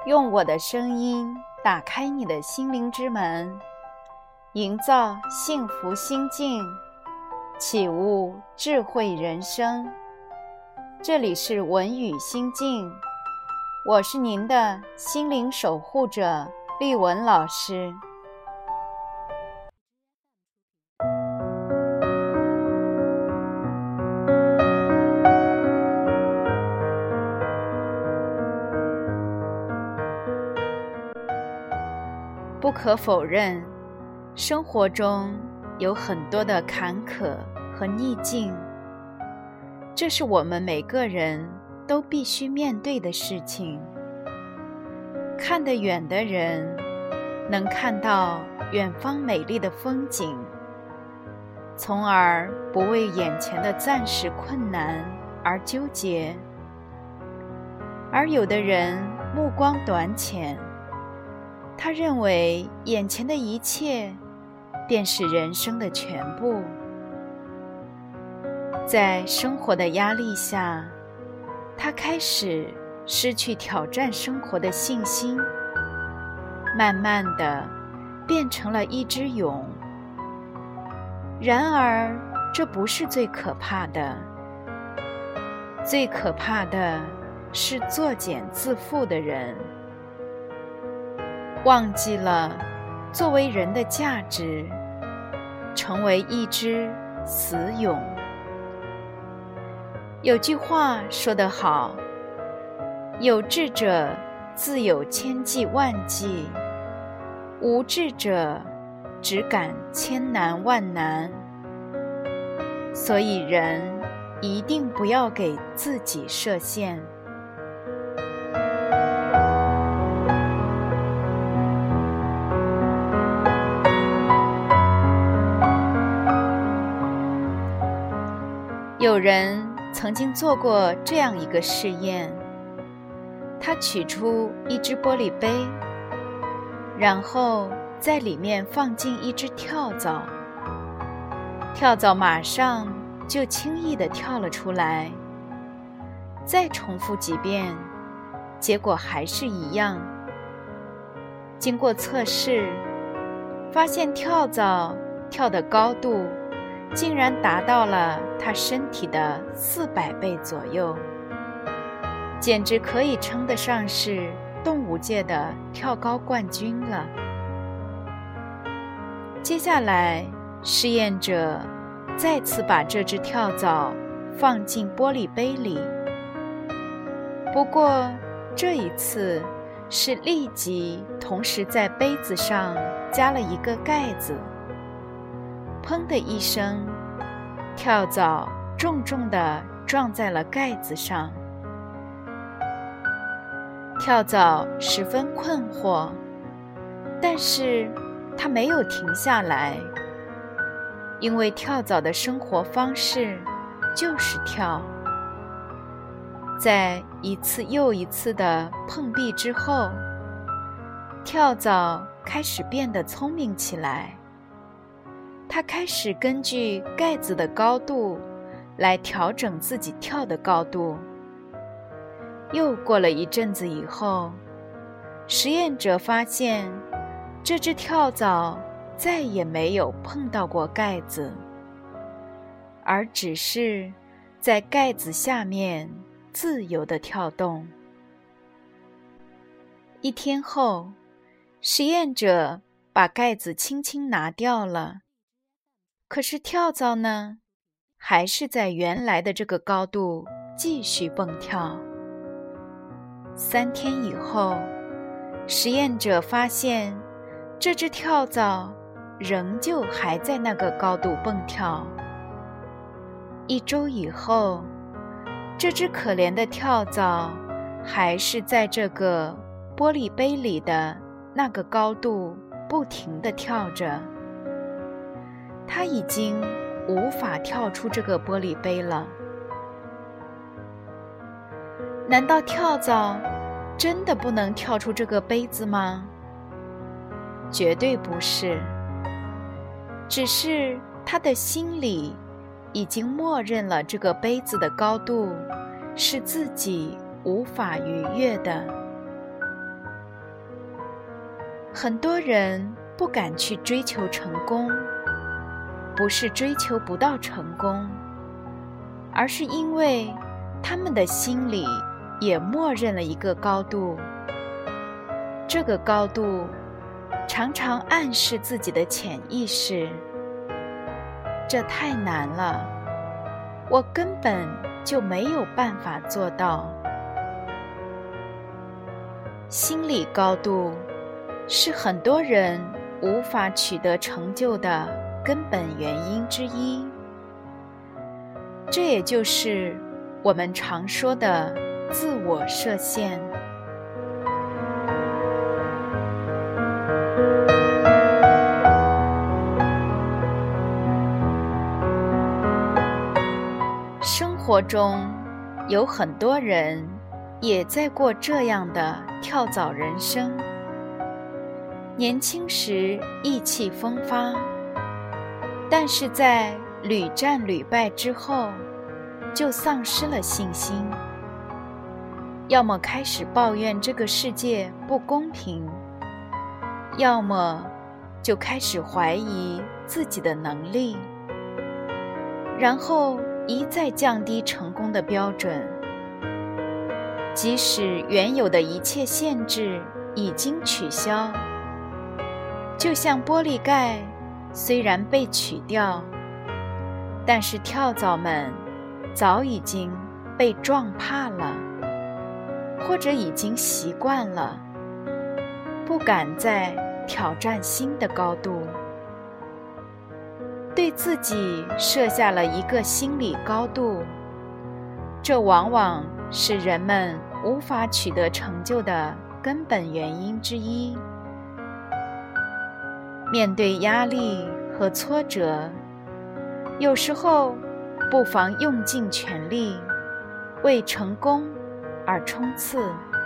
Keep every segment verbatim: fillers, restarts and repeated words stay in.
用我的声音打开你的心灵之门，营造幸福心境，启悟智慧人生。这里是文语心境，我是您的心灵守护者丽文老师。不可否认，生活中有很多的坎坷和逆境，这是我们每个人都必须面对的事情。看得远的人能看到远方美丽的风景，从而不为眼前的暂时困难而纠结；而有的人目光短浅，他认为眼前的一切便是人生的全部。在生活的压力下，他开始失去挑战生活的信心，慢慢地变成了一只蛹。然而，这不是最可怕的，最可怕的是作茧自缚的人，忘记了作为人的价值，成为一只死蛹。有句话说得好，有志者自有千计万计，无志者只感千难万难。所以人一定不要给自己设限。有人曾经做过这样一个试验，他取出一只玻璃杯，然后在里面放进一只跳蚤，跳蚤马上就轻易地跳了出来。再重复几遍，结果还是一样。经过测试，发现跳蚤跳的高度竟然达到了他身体的四百倍左右，简直可以称得上是动物界的跳高冠军了。接下来，试验者再次把这只跳蚤放进玻璃杯里，不过这一次是立即同时在杯子上加了一个盖子。砰的一声，跳蚤重重地撞在了盖子上。跳蚤十分困惑，但是它没有停下来，因为跳蚤的生活方式就是跳。在一次又一次的碰壁之后，跳蚤开始变得聪明起来。他开始根据盖子的高度来调整自己跳的高度。又过了一阵子以后，实验者发现这只跳蚤再也没有碰到过盖子，而只是在盖子下面自由地跳动。一天后，实验者把盖子轻轻拿掉了。可是跳蚤呢，还是在原来的这个高度继续蹦跳。三天以后，实验者发现这只跳蚤仍旧还在那个高度蹦跳。一周以后，这只可怜的跳蚤还是在这个玻璃杯里的那个高度不停地跳着。他已经无法跳出这个玻璃杯了。难道跳蚤真的不能跳出这个杯子吗？绝对不是，只是他的心里已经默认了这个杯子的高度是自己无法逾越的。 很多人不敢去追求成功，不是追求不到成功，而是因为他们的心里也默认了一个高度。这个高度常常暗示自己的潜意识，这太难了，我根本就没有办法做到。心理高度是很多人无法取得成就的根本原因之一，这也就是我们常说的自我设限。生活中有很多人也在过这样的跳蚤人生，年轻时意气风发，但是在屡战屡败之后就丧失了信心，要么开始抱怨这个世界不公平，要么就开始怀疑自己的能力，然后一再降低成功的标准。即使原有的一切限制已经取消，就像玻璃盖虽然被取掉，但是跳蚤们早已经被撞怕了，或者已经习惯了，不敢再挑战新的高度。对自己设下了一个心理高度，这往往是人们无法取得成就的根本原因之一。面对压力和挫折，有时候不妨用尽全力，为成功而冲刺。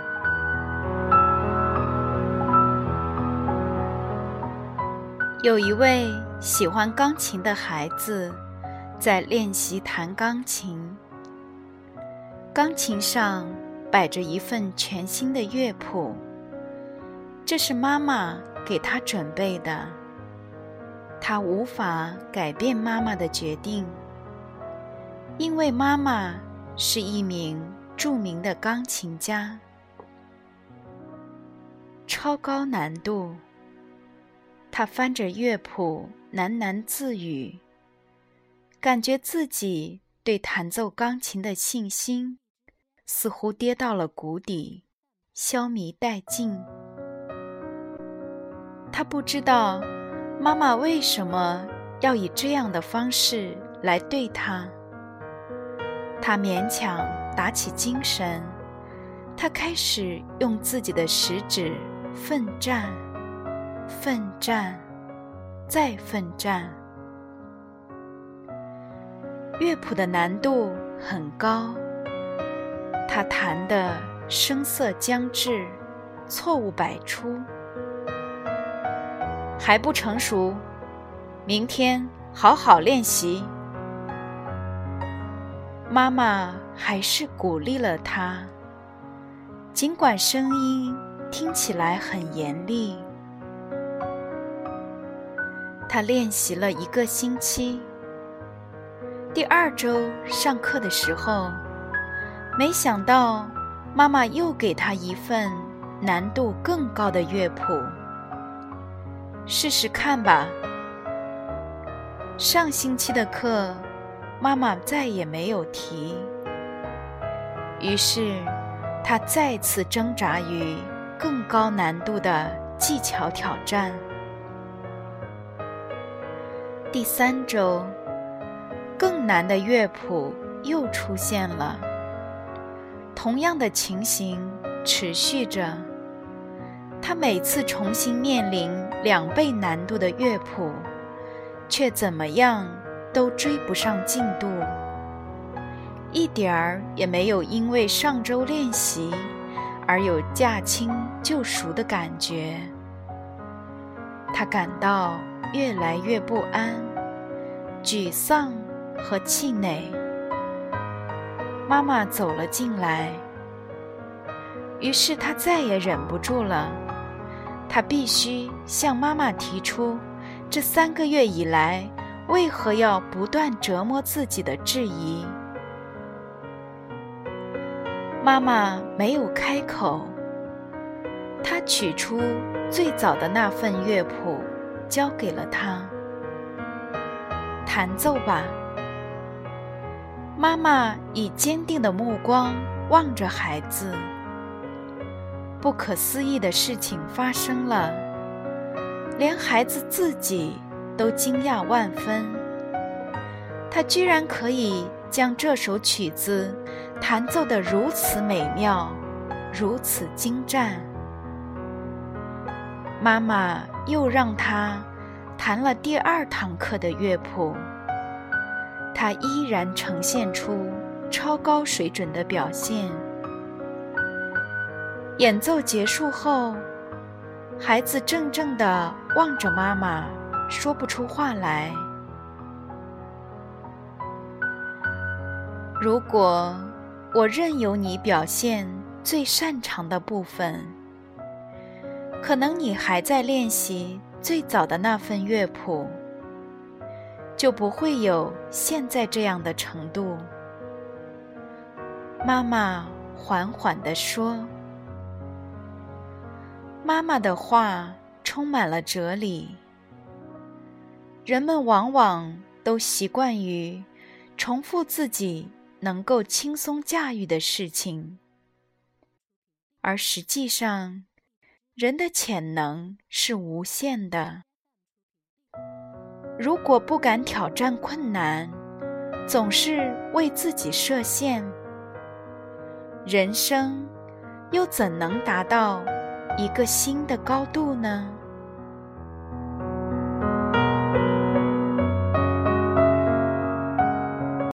有一位喜欢钢琴的孩子在练习弹钢琴，钢琴上摆着一份全新的乐谱，这是妈妈给他准备的。他无法改变妈妈的决定，因为妈妈是一名著名的钢琴家。超高难度，他翻着乐谱喃喃自语，感觉自己对弹奏钢琴的信心似乎跌到了谷底，消弭殆尽。他不知道妈妈为什么要以这样的方式来对他。他勉强打起精神，他开始用自己的食指奋战，奋战，再奋战。乐谱的难度很高，他弹得声色将至，错误百出。还不成熟，明天好好练习。妈妈还是鼓励了他，尽管声音听起来很严厉。他练习了一个星期，第二周上课的时候，没想到妈妈又给他一份难度更高的乐谱。试试看吧。上星期的课，妈妈再也没有提。于是，他再次挣扎于更高难度的技巧挑战。第三周，更难的乐谱又出现了，同样的情形持续着。他每次重新面临两倍难度的乐谱，却怎么样都追不上进度，一点儿也没有因为上周练习而有驾轻就熟的感觉。他感到越来越不安、沮丧和气馁。妈妈走了进来，于是他再也忍不住了。 他必须向妈妈提出这三个月以来为何要不断折磨自己的质疑。妈妈没有开口，她取出最早的那份乐谱，交给了他。弹奏吧。妈妈以坚定的目光望着孩子。不可思议的事情发生了，连孩子自己都惊讶万分。他居然可以将这首曲子弹奏得如此美妙，如此精湛。妈妈又让他弹了第二堂课的乐谱，他依然呈现出超高水准的表现。演奏结束后，孩子怔怔地望着妈妈，说不出话来。如果我任由你表现最擅长的部分，可能你还在练习最早的那份乐谱，就不会有现在这样的程度。妈妈缓缓地说。妈妈的话充满了哲理。人们往往都习惯于重复自己能够轻松驾驭的事情，而实际上，人的潜能是无限的。如果不敢挑战困难，总是为自己设限，人生又怎能达到一个新的高度呢？